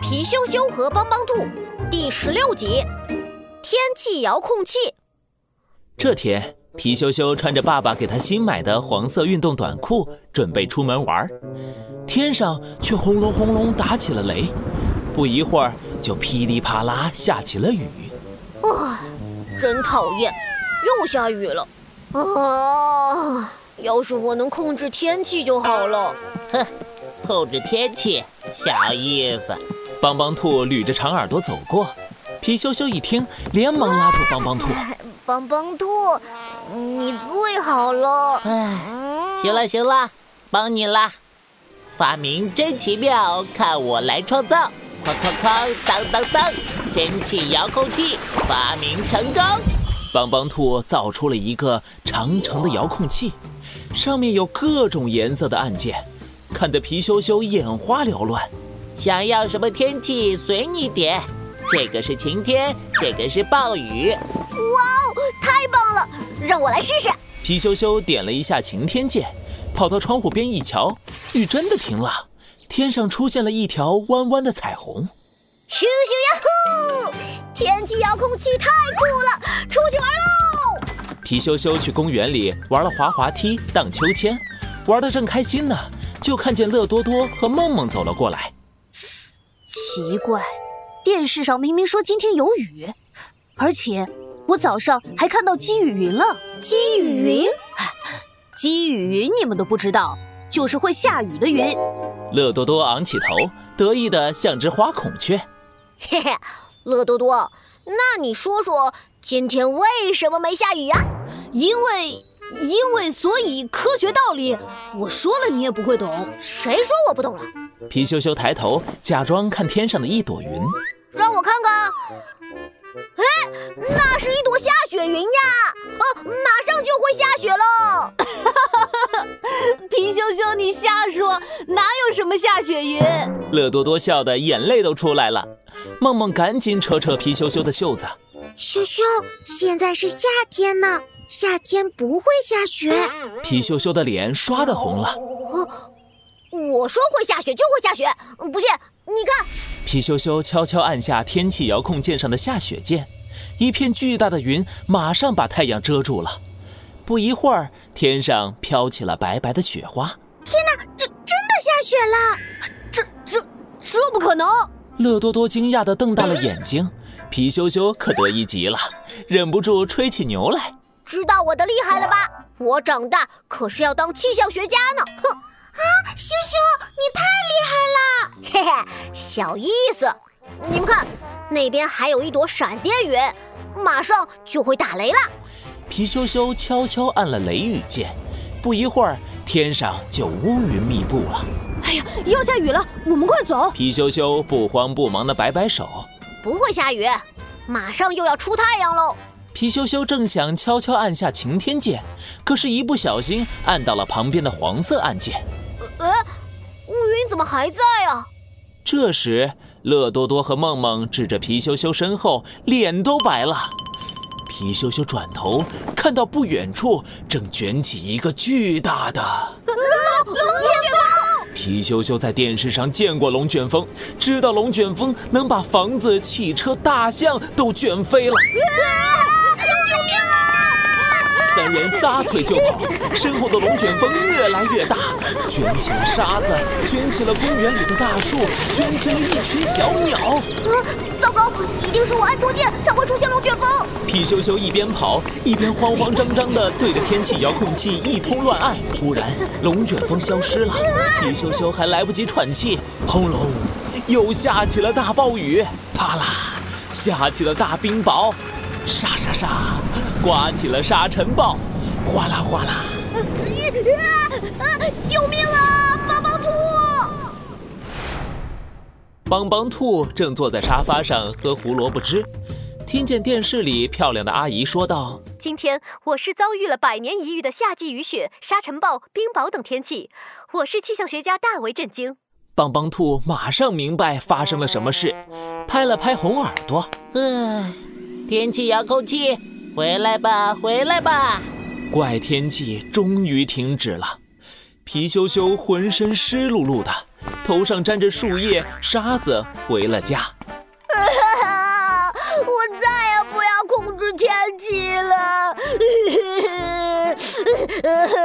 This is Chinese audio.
皮羞羞和帮帮兔第16集天气遥控器。 这天，皮羞羞穿着爸爸给他新买的黄色运动短裤，准备出门玩。天上却轰隆轰隆打起了雷，不一会儿就噼里啪啦下起了雨。 真讨厌，又下雨了。要是我能控制天气就好了。 控制天气，小意思。 帮帮兔捋着长耳朵走过，皮羞羞一听，连忙拉住帮帮兔。 帮帮兔，你最好了。 行了，帮你啦。发明真奇妙，看我来创造！哐哐哐，当当当，天气遥控器发明成功。 帮帮兔造出了一个长长的遥控器，上面有各种颜色的按键，看得皮羞羞眼花缭乱。 想要什么天气随你点，这个是晴天，这个是暴雨。 哇哦，太棒了，让我来试试。 皮羞羞点了一下晴天键，跑到窗户边一瞧，雨真的停了，天上出现了一条弯弯的彩虹。 咻咻呀呼！天气遥控器太酷了，出去玩喽！ 皮羞羞去公园里玩了滑滑梯、荡秋千，玩得正开心呢，就看见乐多多和梦梦走了过来。 奇怪，电视上明明说今天有雨，而且我早上还看到积雨云了。 积雨云？ 积雨云你们都不知道，就是会下雨的云。 乐多多昂起头，得意的像只花孔雀。 嘿嘿，乐多多，那你说说今天为什么没下雨呀？ 因为所以科学道理，我说了你也不会懂。 谁说我不懂了？ 皮羞羞抬头，假装看天上的一朵云。 让我看看。那是一朵下雪云呀！马上就会下雪了。 皮羞羞，你瞎说，哪有什么下雪云？ 乐多多笑得眼泪都出来了。梦梦赶紧扯皮羞羞的袖子。 羞羞，现在是夏天呢，夏天不会下雪。 皮羞羞的脸刷得红了。 我说会下雪就会下雪，不信你看。 皮羞羞悄悄按下天气遥控键上的下雪键，一片巨大的云马上把太阳遮住了。不一会儿，天上飘起了白白的雪花。 天哪，这真的下雪了！ 这不可能！ 乐多多惊讶地瞪大了眼睛，皮羞羞可得意极了，忍不住吹起牛来。 知道我的厉害了吧？我长大可是要当气象学家呢！ 羞羞，你太厉害了！ 嘿嘿，小意思。你们看，那边还有一朵闪电云，马上就会打雷了。 皮羞羞悄悄按了雷雨键，不一会儿，天上就乌云密布了。 哎呀，要下雨了，我们快走！ 皮羞羞不慌不忙地摆摆手。 不会下雨，马上又要出太阳喽。 皮羞羞正想悄悄按下晴天键，可是一不小心按到了旁边的黄色按键。 乌云怎么还在啊？ 这时，乐多多和梦梦指着皮羞羞身后，脸都白了。皮羞羞转头看到不远处正卷起一个巨大的龙卷风。 皮羞羞在电视上见过龙卷风，知道龙卷风能把房子、汽车、大象都卷飞了。 救命啊！ 三人撒腿就跑，身后的龙卷风越来越大，卷起了沙子，卷起了公园里的大树，卷起了一群小鸟。 糟糕，一定是我按错键才会出现龙卷风。 皮羞羞一边跑一边慌慌张张地对着天气遥控器一通乱按。突然，龙卷风消失了，皮羞羞还来不及喘气，轰隆，又下起了大暴雨，啪啦，下起了大冰雹，沙沙沙，刮起了沙尘暴，哗啦哗啦。 救命啊！帮帮兔！ 帮帮兔正坐在沙发上喝胡萝卜汁，听见电视里漂亮的阿姨说道： 今天我市遭遇了100年一遇的夏季雨雪、沙尘暴、冰雹等天气，我市气象学家大为震惊。 帮帮兔马上明白发生了什么事，拍了拍红耳朵。 天气遥控器，回来吧，回来吧！ 怪天气终于停止了，皮羞羞浑身湿漉漉的， 头上沾着树叶、沙子回了家。 我再也不要控制天气了。